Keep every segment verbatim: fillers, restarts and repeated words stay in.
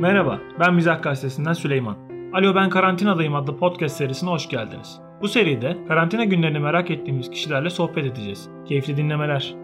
Merhaba, ben Mizah Gazetesi'nden Süleyman. Alo Ben Karantinadayım adlı podcast serisine hoş geldiniz. Bu seride karantina günlerini merak ettiğimiz kişilerle sohbet edeceğiz. Keyifli dinlemeler.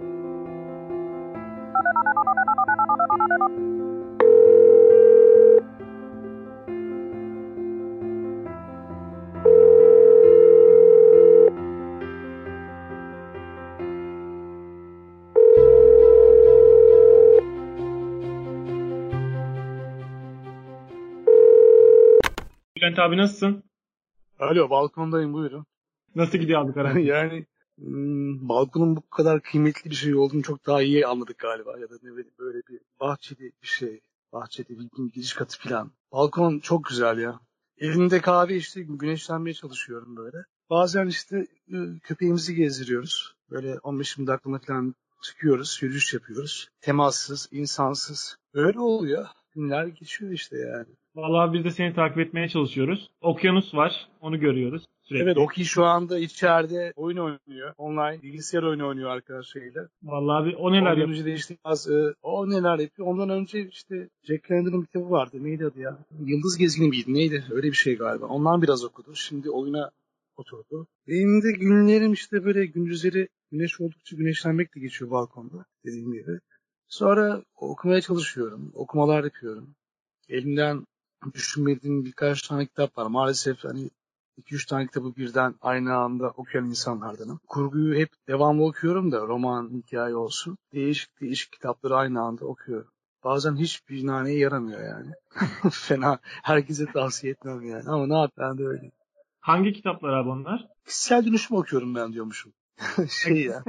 Bülent abi nasılsın? Alo, balkondayım, buyurun. Nasıl gidiyor abi karantina? yani hmm, balkonun bu kadar kıymetli bir şey olduğunu çok daha iyi anladık galiba. Ya da ne bileyim, böyle bir bahçeli bir şey. Bahçeli bir bir giriş katı falan. Balkon çok güzel ya. Elimde kahve işte, güneşlenmeye çalışıyorum böyle. Bazen işte e, köpeğimizi gezdiriyoruz. Böyle on beş yirmi dakikalığına falan çıkıyoruz, yürüyüş yapıyoruz. Temassız, insansız. Öyle oluyor. Günler geçiyor işte yani. Vallahi biz de seni takip etmeye çalışıyoruz. Okyanus var, onu görüyoruz sürekli. Evet, Oki şu anda içeride oyun oynuyor. Online bilgisayar oyunu oynuyor arkadaşlarıyla. Vallahi abi o neler Ondan yapıyor? önce de işte az, e, o neler yapıyor. Ondan önce işte Jack London'ın bir kitabı vardı. Neydi adı ya? Yıldız Gezgini miydi? Neydi? Öyle bir şey galiba. Ondan biraz okudu. Şimdi oyuna oturdu. Benim de günlerim işte böyle gündüzleri güneş oldukça güneşlenmekle geçiyor balkonda dediğim gibi. Sonra okumaya çalışıyorum. Okumalar yapıyorum. Elimden düşünmediğim birkaç tane kitap var. Maalesef hani iki üç tane kitabı birden aynı anda okuyan insanlardanım. Kurguyu hep devamlı okuyorum da roman, hikaye olsun. Değişik değişik kitapları aynı anda okuyorum. Bazen hiçbir naneye yaramıyor yani. Fena. Herkese tavsiye etmem yani. Ama ne yap, ben de öyle. Hangi kitaplar abi onlar? Kişisel dönüşüm okuyorum ben diyormuşum. şey ya.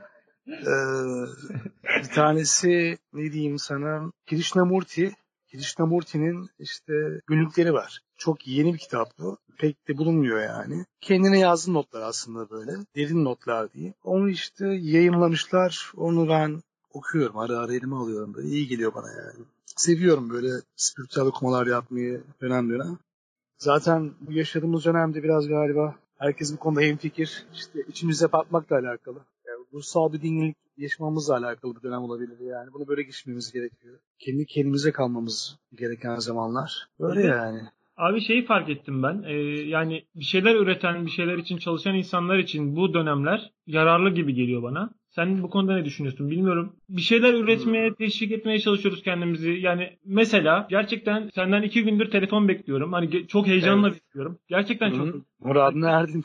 Ee, bir tanesi ne diyeyim sana? Krishnamurti. Krishnamurti'nin işte günlükleri var. Çok yeni bir kitap bu. Pek de bulunmuyor yani. Kendine yazdığı notlar aslında böyle. Derin notlar diye. Onu işte yayınlamışlar. Onu ben okuyorum. Ara ara elime alıyorum. Böyle iyi geliyor bana yani. Seviyorum böyle spiritüel okumalar yapmayı dönem dönem. Zaten bu yaşadığımız dönemde biraz galiba herkes bu konuda hemfikir. İşte içimize bakmakla alakalı. Yani ruhsal bir dinginlik yaşamamızla alakalı bir dönem olabilir yani. Bunu böyle geçmemiz gerekiyor. Kendi kendimize kalmamız gereken zamanlar. Böyle Evet. yani. Abi şeyi fark ettim ben. Ee, yani bir şeyler üreten, bir şeyler için çalışan insanlar için bu dönemler yararlı gibi geliyor bana. Sen bu konuda ne düşünüyorsun bilmiyorum. Bir şeyler üretmeye, Hmm. teşvik etmeye çalışıyoruz kendimizi. Yani mesela gerçekten senden iki gündür telefon bekliyorum. Hani ge- çok heyecanla Evet. bekliyorum. Gerçekten çok Hı-hı. heyecanlı. Muradına erdin.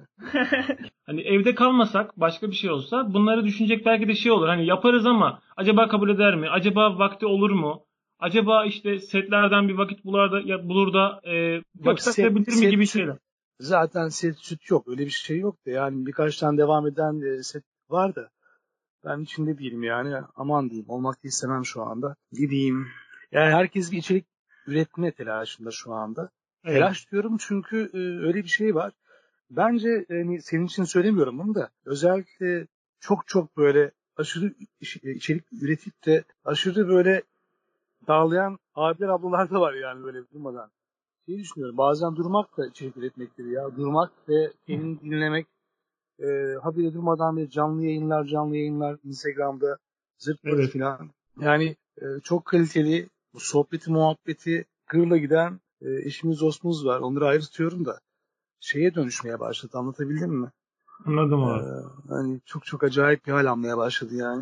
Hani evde kalmasak başka bir şey olsa bunları düşünecek belki de şey olur. Hani yaparız ama acaba kabul eder mi? Acaba vakti olur mu? Acaba işte setlerden bir vakit bulur da, ya bulur da e, Yok, vakit set, ayırabilir mi set gibi süt. şeyler. Zaten set süt yok. Öyle bir şey yok da yani birkaç tane devam eden e, set var da. Ben içinde değilim yani. Aman diyeyim. Olmak da istemem şu anda. Gideyim. Yani herkes bir içerik üretme telaşında şu anda. Evet. Telaş diyorum çünkü e, öyle bir şey var. Bence hani senin için söylemiyorum bunu da. Özellikle çok çok böyle aşırı iş- e, içerik üretip de aşırı böyle dağlayan abiler ablalar da var yani böyle durmadan. Şey düşünüyorum. Bazen durmak da içerik üretmektir ya. Durmak ve kendini dinlemek. E, habire durmadan bir canlı yayınlar, canlı yayınlar Instagram'da zırt pırt Evet. filan. Yani e, çok kaliteli bu sohbeti, muhabbeti gırla giden e, eşimiz, dostumuz var. Onları ayrı tutuyorum da şeye dönüşmeye başladı. Anlatabildim mi? Anladım E, abi. hani çok çok acayip bir hal almaya başladı yani.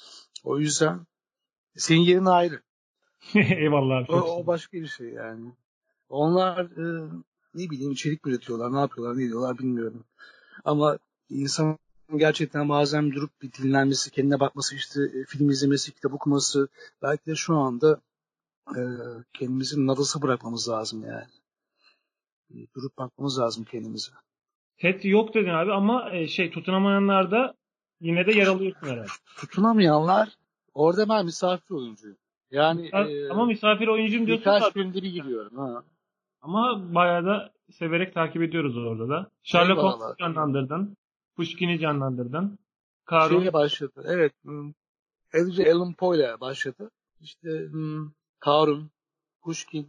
O yüzden senin yerin ayrı. Eyvallah abi O, çok sağ o ol. başka bir şey yani. Onlar e, ne bileyim içerik üretiyorlar, ne yapıyorlar, ne diyorlar bilmiyorum. Ama insan gerçekten bazen durup bir dinlenmesi, kendine bakması, işte e, film izlemesi, kitap okuması, belki de şu anda e, kendimizi nadasa bırakmamız lazım yani. E, durup bakmamız lazım kendimize. Set yok dedin abi ama e, şey tutunamayanlar da yine de yer alıyorsun herhalde. Tutunamayanlar, orada ben misafir oyuncuyum. Yani e, Misafir- Ama misafir oyuncum diyorsun da birkaç abi. bölümde bir giriyorum. Ha. Ama bayağı da severek takip ediyoruz orada da. Sherlock Holmes'u Eyvallah. canlandırdın. Pushkin'i canlandırdın. Şeyle Karun. başladı. Evet. hmm, Edgar Allan Poe ile başladı. İşte hmm, Karun, Pushkin,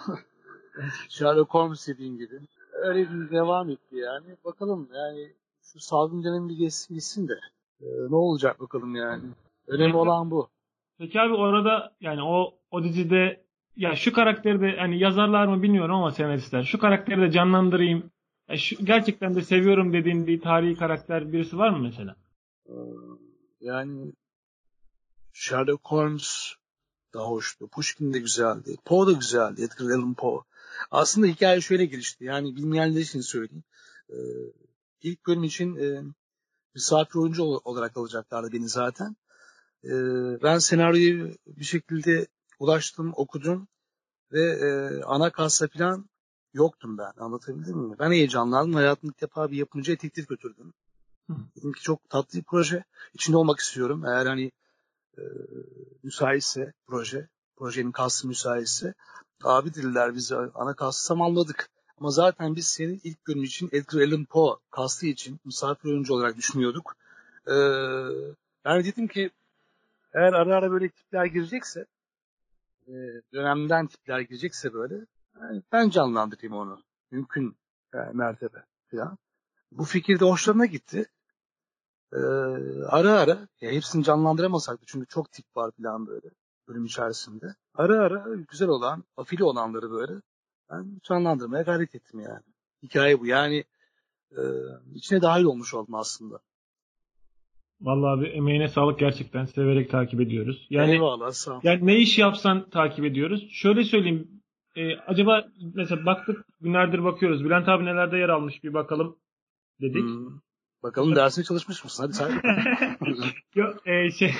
Sherlock Holmes dediğin gibi. Öyle bir devam etti yani. Bakalım yani şu salgın dönemi bir geçsin gitsin de. Ee, ne olacak bakalım yani. Önemli Peki, olan bu. peki abi orada yani o o dizide ya şu karakteri de hani yazarlar mı bilmiyorum ama senaristler şu karakteri de canlandırayım. Ya şu, gerçekten de seviyorum dediğin bir tarihi karakter birisi var mı mesela? Ee, Yani Sherlock Holmes da hoştu. Pushkin de güzeldi. Poe da güzeldi. Edgar Allan Poe. Aslında hikaye şöyle gelişti. Yani bilmeyenler için söyleyeyim. Ee, ilk bölüm için e, misafir oyuncu ol- olarak alacaklardı beni zaten. Ee, Ben senaryoyu bir şekilde ulaştım, okudum ve e, ana kasta falan yoktum ben. Anlatabildim mi? Ben heyecanlandım. Hayatımda ilk defa bir yapımcıya teklif götürdüm. Hı. Dedim ki çok tatlı bir proje. İçinde olmak istiyorum. Eğer hani e, müsaitse proje, projenin kastı müsaitse. Abi dediler biz ana kastı tamamladık. Ama zaten biz senin ilk bölüm için Edgar Allan Poe kastı için misafir oyuncu olarak düşünüyorduk. Ee, Ben dedim ki eğer ara ara böyle tipler girecekse, e, dönemden tipler girecekse böyle, yani ben canlandırayım onu. Mümkün e, mertebe falan. Bu fikir de hoşlarına gitti. Ee, Ara ara, ya hepsini canlandıramasak da çünkü çok tip var falan böyle bölüm içerisinde. Ara ara güzel olan, afili olanları böyle ben canlandırmaya gayret ettim yani. Hikaye bu. Yani e, içine dahil olmuş oldum aslında. Vallahi abi emeğine sağlık gerçekten severek takip ediyoruz. Yani Eyvallah, sağ ol. yani ne iş yapsan takip ediyoruz. Şöyle söyleyeyim. e, acaba mesela baktık günlerdir bakıyoruz. Bülent abi nelerde yer almış bir bakalım dedik. Hmm. Bakalım Mesela dersine çalışmış mısın? Hadi say bakalım. Yok e, şey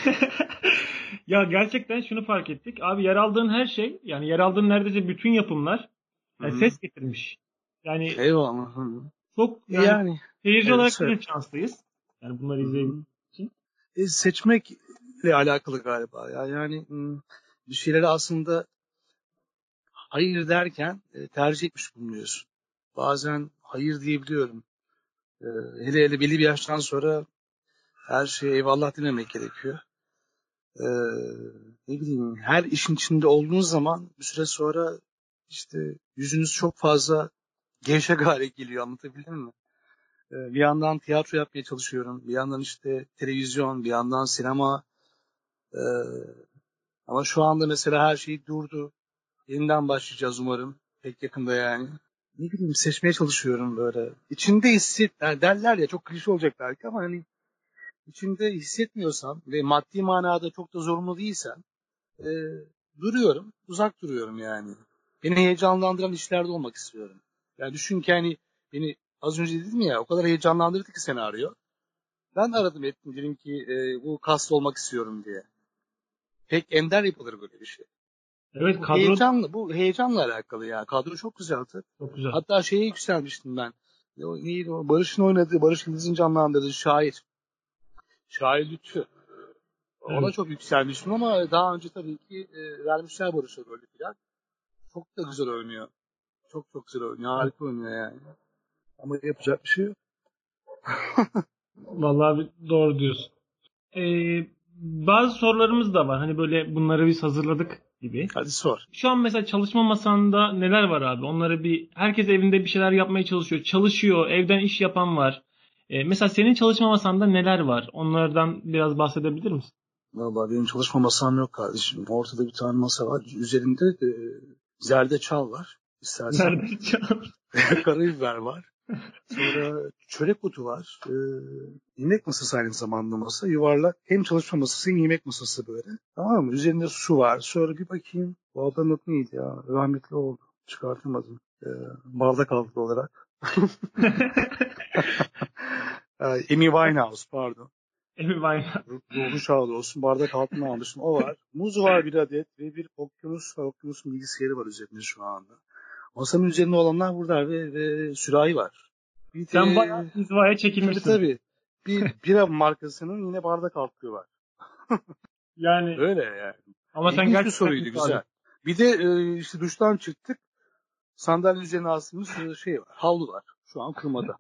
ya gerçekten şunu fark ettik. Abi yer aldığın her şey yani yer aldığın neredeyse bütün yapımlar yani Hı. ses getirmiş. Yani Eyvallah. Hı. çok E yani yani seyirci evet, olarak söyle. da şanslıyız. Yani bunları izleyebilmek Hı. için. E, seçmekle alakalı galiba ya. Yani hmm, bir şeyleri aslında hayır derken e, tercih etmiş bulunuyorsun. Bazen hayır diyebiliyorum. E, hele hele belli bir yaştan sonra her şeye eyvallah dememek gerekiyor. E, Ne bileyim, her işin içinde olduğunuz zaman bir süre sonra işte yüzünüz çok fazla gevşek hale geliyor, anlatabildim mi? E, bir yandan tiyatro yapmaya çalışıyorum. Bir yandan işte televizyon, bir yandan sinema. E, Ama şu anda mesela her şey durdu. Yeniden başlayacağız umarım. Pek yakında yani. Ne bileyim, seçmeye çalışıyorum böyle. İçinde hisset, yani derler ya, çok klişe olacak belki ama hani içinde hissetmiyorsam ve maddi manada çok da zorunlu değilsem e, duruyorum, uzak duruyorum yani. Beni heyecanlandıran işlerde olmak istiyorum. Yani düşün ki hani beni az önce dedim ya, o kadar heyecanlandırdı ki senaryo. Ben aradım ettim, dedim ki e, bu kaslı olmak istiyorum diye. Pek ender yapılır böyle bir şey. Evet Bu kadro da heyecanla, bu heyecanla alakalı ya. Kadro çok güzeldi. çok güzel. Hatta şeye yükselmiştim ben. Ne o, neydi o? Barış'ın oynadığı, Barış Yıldız'ın canlandırdığı şair. Şair Lütfü. Ona Evet. çok yükselmiştim ama daha önce tabii ki e, vermişler Barış'a rolü falan. Çok da güzel oynuyor. Çok çok güzel oynuyor. Evet. Harika oynuyor yani. Ama yapacak bir şey yok. Vallahi abi doğru diyorsun. Ee, bazı sorularımız da var. Hani böyle bunları biz hazırladık gibi. Hadi sor. Şu an mesela çalışma masanda neler var abi? Onları bir herkes evinde bir şeyler yapmaya çalışıyor. Çalışıyor, evden iş yapan var. Ee, mesela senin çalışma masanda neler var? Onlardan biraz bahsedebilir misin? Vallahi benim çalışma masam yok kardeşim. Ortada bir tane masa var. Üzerinde e, zerdeçal var. İstersen. Nerede can? Karabiber var. Sonra çörek otu var. Ee, yemek masası aynı zamanda masa. Yuvarlak. Hem çalışma masası hem yemek masası böyle. Tamam mı? Üzerinde su var. Sonra bir bakayım. Bu adamın adı neydi ya? Rahmetli oldu. Çıkartamadım. Ee, Bardak altı olarak. Ee, Amy Winehouse, pardon. Amy Winehouse. Ru- Ruhu şad olsun. Bardak altına almışım. O var. Muz var bir adet ve bir okyanus var. Okyanusun bilgisayarı var üzerinde şu anda. Masanın üzerinde olanlar burada ve, ve sürahi var. Bir Sen de bayağı inzivaya tabii çekilmişsin. tabii. Bir bira markasının yine bardak altlığı var. Yani Öyle yani. ama sen İlginç bir gerçekten soruydu, güzel. müsaade. Bir de e, işte duştan çıktık. Sandalye üzerine astığımız e, şey var. Havlu var. Şu an kırmada.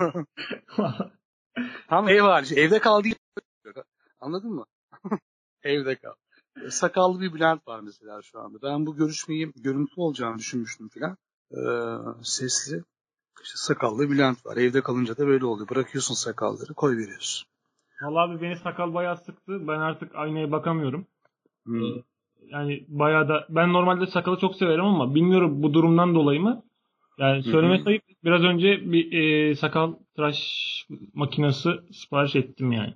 Tam ev harici. Evde kal değil. Anladın mı? Evde kal. E, Sakallı bir Bülent var mesela şu anda. Ben bu görüşmeyi görüntülü olacağını düşünmüştüm filan. E, Sesli. İşte sakallı Bülent var. Evde kalınca da böyle oluyor. Bırakıyorsun sakalları, koy veriyorsun. Vallahi abi beni sakal bayağı sıktı. Ben artık aynaya bakamıyorum. Ee, Hmm. Yani bayağı da ben normalde sakalı çok severim ama bilmiyorum bu durumdan dolayı mı? Yani Hı söyleme hı. sayıp biraz önce bir e, sakal tıraş makinesi sipariş ettim yani.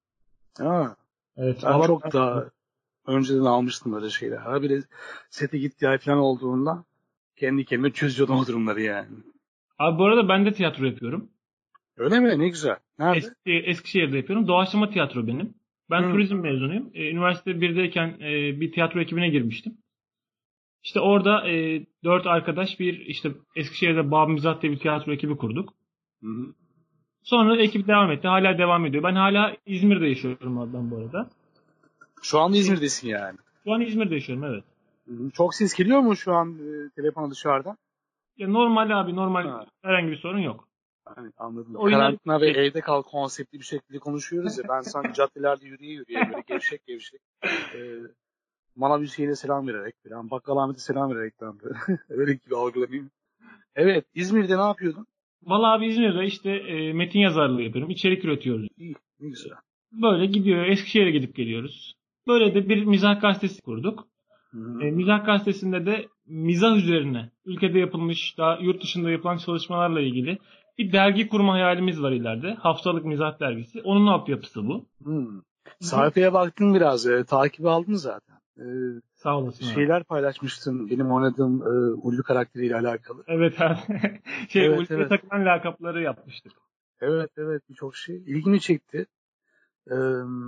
Ha, Evet, ben valla çok daha önceden almıştım öyle şeyler. Ha bile sete gittiği ay falan olduğunda kendi kendime çözüyordum o durumları yani. abi bu arada ben de tiyatro yapıyorum. Öyle mi? Ne güzel. Nerede? Eski, Eskişehir'de yapıyorum. Doğaçlama tiyatro benim. Ben Hı. turizm mezunuyum. E, üniversite birdeyken e, bir tiyatro ekibine girmiştim. İşte orada e, dört arkadaş bir işte Eskişehir'de Bab Mizah diye bir tiyatro ekibi kurduk. Hı hı. Sonra ekip devam etti. Hala devam ediyor. Ben hala İzmir'de yaşıyorum abi ben bu arada. Şu anda E, İzmir'desin yani. Şu an İzmir'de yaşıyorum, evet. Hı hı. Çok ses geliyor mu şu an e, telefona dışarıdan? Ya normal abi, normal, Ha, herhangi bir sorun yok. hani anladım. Oyunlar Karantina ve şey, evde kal konseptli bir şekilde konuşuyoruz ya. Ben sanki caddelerde yürüye yürüye böyle gevşek gevşek e, Manav Hüseyin'e selam vererek falan, Bakkal Ahmet'e selam vererek falan böyle. Öyle gibi algılanayım. Evet, İzmir'de ne yapıyordun? Valla abi İzmir'de işte e, metin yazarlığı yapıyorum. İçerik üretiyoruz. İyi, ne güzel. Böyle gidiyor. Eskişehir'e gidip geliyoruz. Böyle de bir mizah gazetesi kurduk. Hı hı. E, mizah gazetesinde de mizah üzerine ülkede yapılmış, daha yurt dışında yapılan çalışmalarla ilgili bir dergi kurma hayalimiz var ileride. Haftalık mizah dergisi. Onun altyapısı bu. Hmm. Hı hı. Sayfaya baktın biraz, e, takip aldın zaten. E, Sağ olasın abi. şeyler paylaşmıştın benim oynadığım e, Ulvi karakteriyle alakalı. Evet abi. Şey, Evet, Ulvi'ye evet. takılan lakapları yapmıştık. Evet, evet, birçok şey. İlgimi çekti. E,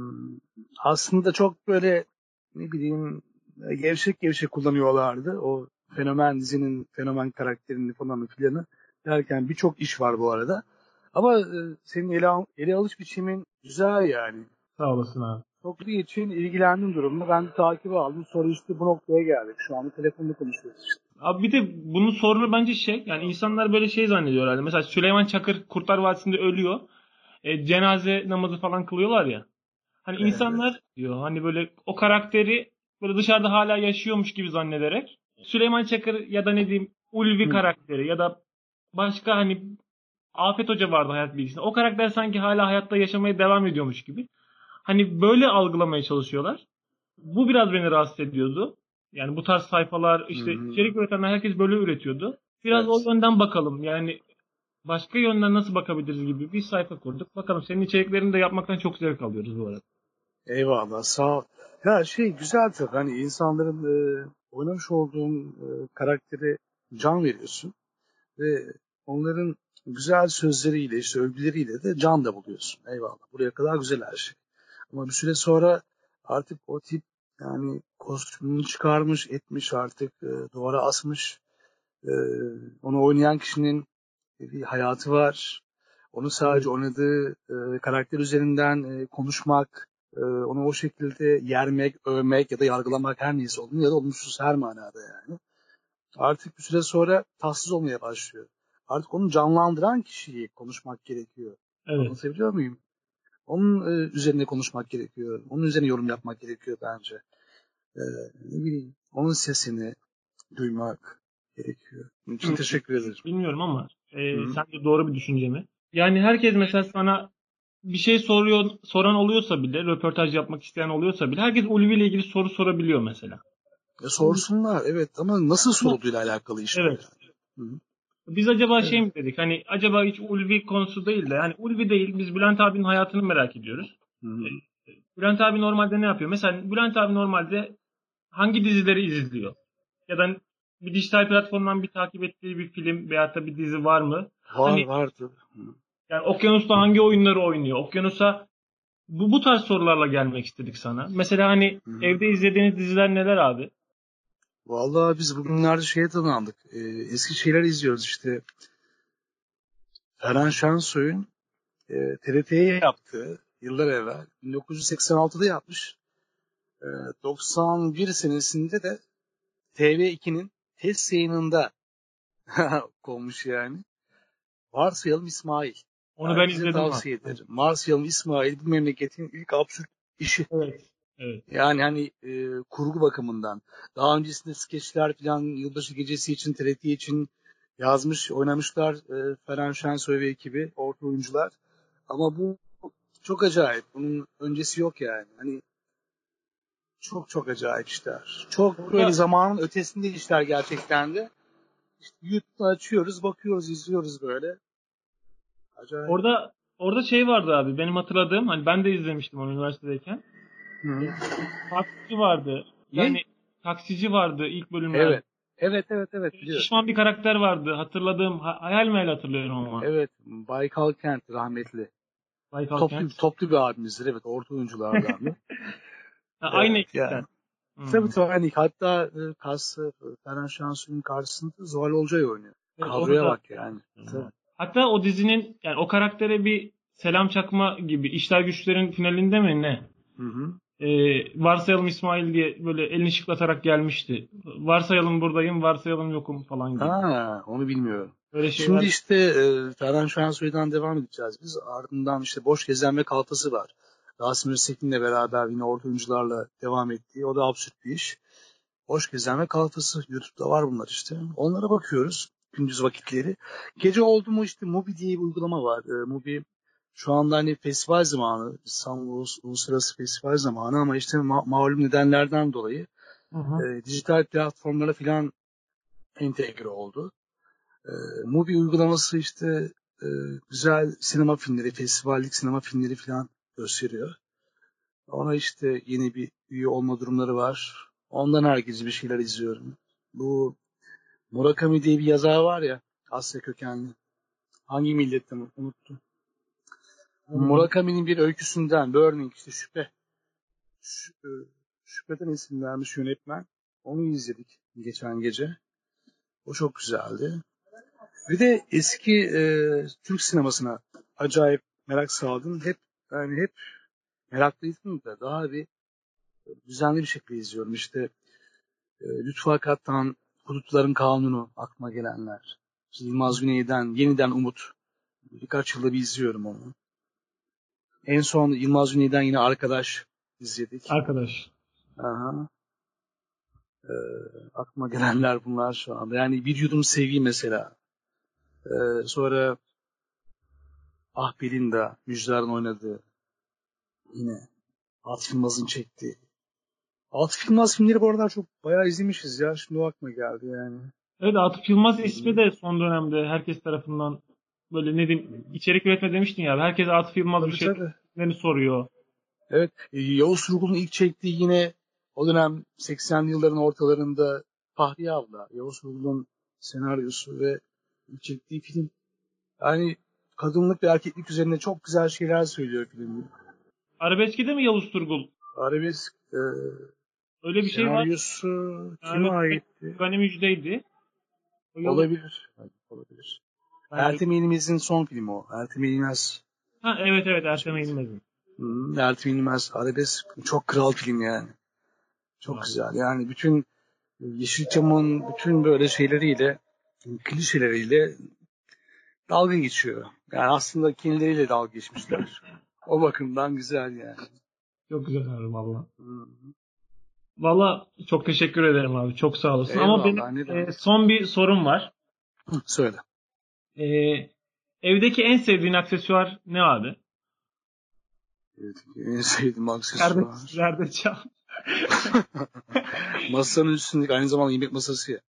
aslında çok böyle ne bileyim e, gevşek gevşek kullanıyorlardı. O fenomen dizinin fenomen karakterini falan filanı derken birçok iş var bu arada. Ama e, senin ele, al- ele alış biçimin güzel yani. Sağ olasın abi. Çok iyi için ilgilendim durumda. Ben de takibi aldım. Sonra işte bu noktaya geldik. Şu anda telefonda konuşuyoruz işte. Abi bir de bunun sorunu bence şey, yani insanlar böyle şey zannediyor herhalde. Mesela Süleyman Çakır Kurtlar Vadisi'nde ölüyor. E, cenaze namazı falan kılıyorlar ya. Hani Evet. insanlar diyor hani böyle o karakteri böyle dışarıda hala yaşıyormuş gibi zannederek Süleyman Çakır ya da ne diyeyim Ulvi Hı. karakteri ya da başka hani Afet Hoca vardı hayat bilgisinde. O karakter sanki hala hayatta yaşamaya devam ediyormuş gibi. Hani böyle algılamaya çalışıyorlar. Bu biraz beni rahatsız ediyordu. Yani bu tarz sayfalar Hı işte hı. içerik üretenler herkes böyle üretiyordu. Biraz o Evet. yönden bakalım. Yani başka yönden nasıl bakabiliriz gibi bir sayfa kurduk. Bakalım, senin içeriklerini de yapmaktan çok zevk alıyoruz bu arada. Eyvallah. Sağ ol. Ya şey güzel tabii. Hani insanların e, oynamış olduğun e, karakteri can veriyorsun. Ve onların güzel sözleriyle, işte övgüleriyle de can da buluyorsun. Eyvallah. Buraya kadar güzel her şey. Ama bir süre sonra artık o tip yani kostümünü çıkarmış, etmiş artık e, duvara asmış. E, onu oynayan kişinin bir hayatı var. Onu Evet. sadece oynadığı e, karakter üzerinden e, konuşmak, e, onu o şekilde yermek, övmek ya da yargılamak her neyse olumlu ya da olumsuz her manada yani. Artık bir süre sonra tatsız olmaya başlıyor. Artık onu canlandıran kişiyi konuşmak gerekiyor. Evet. Anlatabiliyor muyum? Onun e, üzerine konuşmak gerekiyor. Onun üzerine yorum yapmak gerekiyor bence. E, ne bileyim, onun sesini duymak gerekiyor. Bunun için teşekkür ederim. Bilmiyorum ama Hı e, hı. sence doğru bir düşünce mi? Yani herkes mesela sana bir şey soruyor, soran oluyorsa bile, röportaj yapmak isteyen oluyorsa bile herkes Ulvi ile ilgili soru sorabiliyor mesela. E, sorsunlar evet ama nasıl Ama sorulduğuyla alakalı iş bu evet. yani. Hı hı. Biz acaba şey Evet. mi dedik? Hani acaba hiç Ulvi konusu değil de hani Ulvi değil, biz Bülent abinin hayatını merak ediyoruz. Hı E, hı. Bülent abi normalde ne yapıyor? Mesela Bülent abi normalde hangi dizileri izliyor? Ya da bir dijital platformdan bir takip ettiği bir film veyahut da bir dizi var mı? Var Hani var tabii. Hı. yani Okyanus'ta hangi oyunları oynuyor? Okyanus'a bu, bu tarz sorularla gelmek istedik sana. Mesela hani Hı hı. evde izlediğiniz diziler neler abi? Vallahi biz bugünlerde şeye tanındık. E, eski şeyler izliyoruz işte. Ferhan Şensoy'un e, T R T'ye yaptığı yıllar evvel bin dokuz yüz seksen altıda yapmış. E, doksan bir senesinde de T V ikinin test yayınında konmuş yani. Varsayalım İsmail. Onu ben Herkese izledim abi. tavsiye ederim. Varsayalım İsmail bu memleketin ilk absürt işi. Evet. Evet. Yani hani e, kurgu bakımından. Daha öncesinde skeçler falan yılbaşı gecesi için, T R T için yazmış, oynamışlar e, Ferhan Şensoy ve ekibi, orta oyuncular. Ama bu çok acayip. Bunun öncesi yok yani. Hani Çok çok acayip işler. Çok Orada, böyle zamanın ötesinde işler gerçekten de. İşte YouTube'da açıyoruz, bakıyoruz, izliyoruz böyle. Acayip. orada orada şey vardı abi benim hatırladığım, hani ben de izlemiştim onu üniversitedeyken. Hı. E, taksici vardı. Ne? Yani taksici vardı ilk bölümlerde. Evet. Evet, evet, evet Böyle biliyorum. şişman bir karakter vardı. Hatırladığım, ha- hayal meyal hatırlıyorum ama. Evet, Baykal Kent rahmetli. Baykal Toplu, Kent. toplu bir abimizdir, evet, orta oyunculardan da. Ha, aynı Evet, yani. ekipten. Tabii Hmm. tabii, hani hatta e, karşı, Ferhan Şansu'nun karşısında Zuhal Olcay oynuyor. Evet, onu Kadroya da bak yani. hatırlıyorum Tabii. abi. Hatta o dizinin, yani o karaktere bir selam çakma gibi, İşler Güçler'in finalinde mi ne? Hı hı. Ee, varsayalım İsmail diye böyle elini şıklatarak gelmişti. Varsayalım buradayım, varsayalım yokum falan gibi. Ha, onu bilmiyorum. Böyle Şimdi şeyler. işte e, Ferhan Şansoy'dan devam edeceğiz biz. Ardından işte Boş Gezen ve Kalfası var. Rasim Öztekin'le beraber yine orta oyuncularla devam ettiği. O da absürt bir iş. Boş Gezen ve Kalfası. YouTube'da var bunlar işte. Onlara bakıyoruz gündüz vakitleri. Gece oldu mu işte Mubi diye bir uygulama var. E, Mubi şu anda hani festival zamanı. İstanbul Ulus- Uluslararası Festival zamanı ama işte ma- malum nedenlerden dolayı Hı hı. e, dijital platformlara filan entegre oldu. E, Mubi uygulaması işte e, güzel sinema filmleri, festivallik sinema filmleri falan gösteriyor. Ona işte yeni bir üye olma durumları var. Ondan herkese bir şeyler izliyorum. Bu Murakami diye bir yazar var ya, Asya kökenli. Hangi milletten unuttum. Hmm. Murakami'nin bir öyküsünden, Burning, işte şüphe. Şüphe Şüpheden isimlenmiş yönetmen. Onu izledik geçen gece. O çok güzeldi. Bir de eski e, Türk sinemasına acayip merak saldım. Hep yani hep meraklıydım da daha bir düzenli bir şekilde izliyorum. İşte e, Lütfü Akat'tan Hudutların Kanunu aklıma gelenler. İşte Yılmaz Güney'den Yeniden Umut. Birkaç yılda bir izliyorum onu. En son Yılmaz Güney'den yine Arkadaş izledik. Arkadaş. Aha. E, Aklıma gelenler bunlar şu anda. Yani Bir Yudum Sevgi mesela. E, sonra Ah Belinda, Müjdar'ın oynadığı yine. Atf Yılmaz'ın çektiği. Atf Yılmaz filmleri bu aralar çok bayağı izlemişiz ya. Şimdi o aklıma geldi yani. Evet, Atıf Yılmaz ismi Hı. de son dönemde herkes tarafından böyle ne diyeyim, içerik üretme demiştin ya. Herkes Atıf Yılmaz bir Tabii şey tabii. soruyor. Evet. e, Yavuz Turgul'un ilk çektiği yine o dönem seksenli yılların ortalarında Fahriye Abla. Yavuz Turgul'un senaryosu ve ilk çektiği film. Yani kadınlık ve erkeklik üzerine çok güzel şeyler söylüyor film. Arabeski'de mi Yavuz Turgul? Arabesk e, Öyle bir şey var. senaryosu kime Evet, aitti? Gani Müjde'ydi. O Yavuz. Olabilir. Evet, olabilir. Ben öyle... Ertem İlmez'in son filmi o. Ertem İlmez. Ha, evet evet, Ertem Çekti. Eğilmez'in. Hmm, Ertem İlmez. Arabesk çok kral film yani. Çok Bravo. güzel. Yani bütün Yeşilçam'ın bütün böyle şeyleriyle, klişeleriyle dalga geçiyor. Yani aslında kendileriyle dalga geçmişler. O bakımdan güzel yani. Çok güzel abi valla. Hmm. Valla çok teşekkür ederim abi. Çok sağ olasın. Ama Eyvallah, benim ne e, demek. son bir sorum var. Hı, söyle. E, evdeki en sevdiğin aksesuar ne abi? Evet, en sevdiğim Zerde, aksesuar. zerdeçal. Masanın üstündeki aynı zamanda yemek masası ya.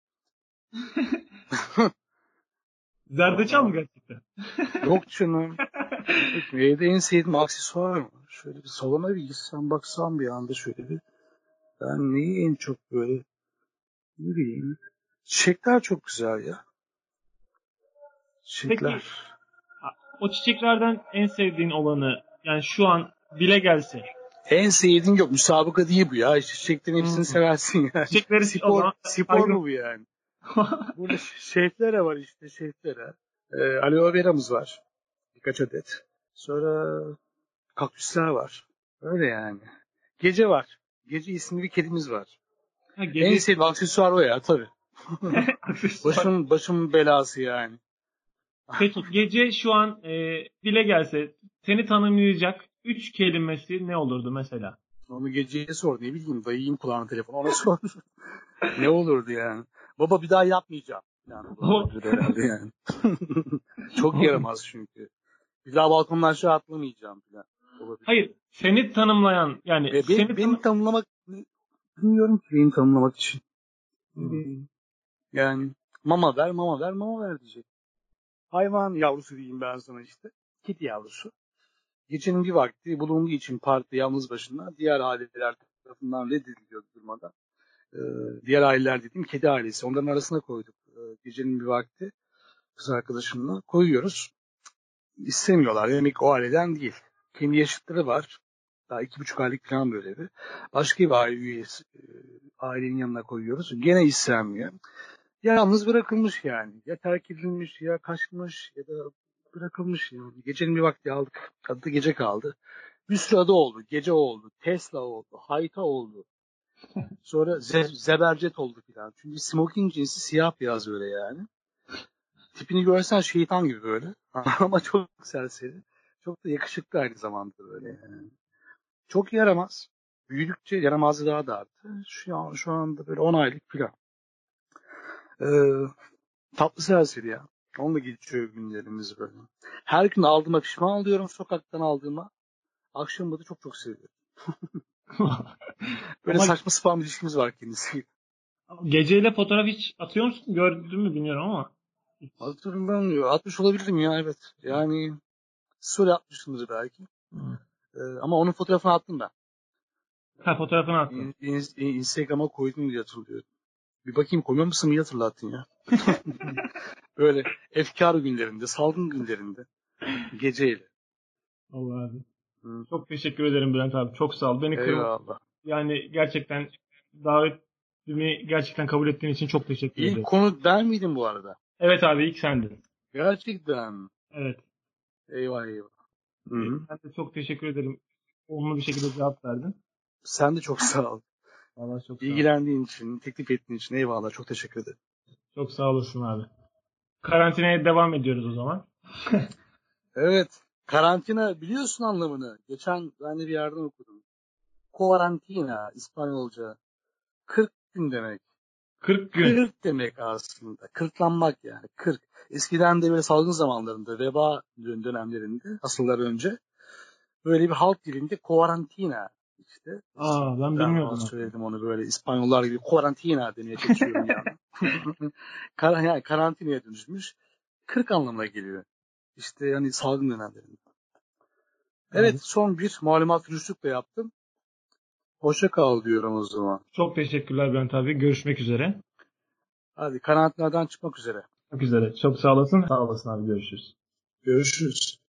Zerdeçal mı Vallahi. gerçekten? Yok canım. Yok, evde en sevdiğim aksesuar mı? Şöyle bir salona bir gitsem baksam bir anda şöyle bir. Ben neyi en çok böyle ne bileyim. Çiçekler çok güzel ya. Çiçekler. Peki o çiçeklerden en sevdiğin olanı, yani şu an dile gelse. En sevdiğin yok. Müsabaka değil bu ya. İşte çiçeklerin hepsini Hmm. seversin yani. Çiçekleri o Spor, zaman spor saygım. mu bu yani? Burada şeflere var işte şeflere. Ee, aloe vera'mız var. Birkaç adet. Sonra kaktüsler var. Öyle yani. Gece var. Gece isimli bir kedimiz var. Ha, En gece sevdiğim aksesuar o ya tabii. aksesuar. Başım, başım belası yani. Peki gece şu an e, dile gelse seni tanımlayacak üç kelimesi ne olurdu mesela? Onu geceye sor, ne bileyim, dayayım kulağına telefonu, ona sor. Ne olurdu yani? Baba bir daha yapmayacağım. Yani O, olabilir herhalde yani. Çok yaramaz çünkü. Bir daha balkondan aşağı atlamayacağım falan. Olabilir. hayır, seni tanımlayan, yani Ve seni beni, beni tanı tanımlamak Bilmiyorum ki beni tanımlamak için. Hmm. Yani mama ver, mama ver, mama ver diyecek. Hayvan yavrusu diyeyim ben sana işte. Kedi yavrusu. Gecenin bir vakti bulunduğu için parkta yalnız başına diğer aileler tarafından reddediliyor durmadan. Ee, diğer aileler dediğim kedi ailesi. Onların arasına koyduk. Ee, gecenin bir vakti kız arkadaşımla koyuyoruz. İstemiyorlar. Demek o aileden değil. Kendi yaşıtları var. Daha iki buçuk aylık falan böyle bir. Başka bir aile üyesi e, ailenin yanına koyuyoruz. Gene istenmiyor. Ya yalnız bırakılmış yani. Ya terk edilmiş ya kaçmış ya da bırakılmış yani. Gecenin bir vakti aldık. Adı da gece kaldı. Bir sürü adı oldu. Gece oldu. Tesla oldu. Hayta oldu. Sonra Ze- Zebercet oldu filan. Çünkü smoking cinsi siyah beyaz böyle yani. Tipini görsen şeytan gibi böyle. Ama çok serseri. Çok da yakışıklı aynı zamanda böyle yani. Çok yaramaz. Büyüdükçe yaramazlığı daha da arttı. Şu, an, şu anda böyle on aylık filan. Ee, tatlı serseri ya. Onunla geçiyor günlerimiz böyle. Her gün aldığıma pişman oluyorum sokaktan aldığıma. Akşamında da çok çok seviyorum. Böyle Ama saçma sapan bir ilişkimiz var kendisiyle. geceyle fotoğraf hiç atıyor musun? Gördün mü bilmiyorum ama. Hatırlamıyorum. Atmış olabilirim ya evet. Yani story atmışımdır belki. Hı. Ee, ama onun fotoğrafını attım ben. Ha, fotoğrafını attın. İn- in- Instagram'a koydum diye hatırlıyorum. Bir bakayım koyuyor musun? İyi hatırlattın ya. Böyle efkar günlerinde, salgın günlerinde. Geceyle. Allah abi. Hı. Çok teşekkür ederim Bülent abi. Çok sağ ol. Beni kırma. Eyvallah. Yani gerçekten davetimi gerçekten kabul ettiğin için çok teşekkür İlk ederim. konu ben miydim bu arada? Evet abi, ilk sendin. Gerçekten. Evet. Eyvah eyvah. Hı Ee, hı. Ben de çok teşekkür ederim. Olumlu bir şekilde cevap verdin. Sen de çok sağ ol. Vallahi çok sağ ol. İlgilendiğin için, teklif ettiğin için eyvallah. Çok teşekkür ederim. Çok sağ olasın abi. Karantinaya devam ediyoruz o zaman. Evet. Karantina biliyorsun anlamını. Geçen ben de bir yerden okudum. Kuarantina İspanyolca. kırk gün demek. kırk gün. kırk demek aslında. Kırklanmak yani. kırk. Eskiden de böyle salgın zamanlarında, veba dönemlerinde, asıllar önce böyle bir halk dilinde kuarantina işte. Aa, ben Ben ona bilmiyordum aslında. söyledim onu böyle İspanyollar gibi kuarantina demeye çalışıyorum yani. Kar yani karantinaya dönüşmüş. kırk anlamına geliyor. İşte yani salgın dönemlerinde. Evet Abi, son bir malumat rüştükle yaptım. Hoşça kal diyorum o zaman. çok teşekkürler Bülent abi. Görüşmek üzere. Hadi karantinadan çıkmak üzere. Görüşmek üzere. Çok sağ olasın. Sağ olasın abi. Görüşürüz. Görüşürüz.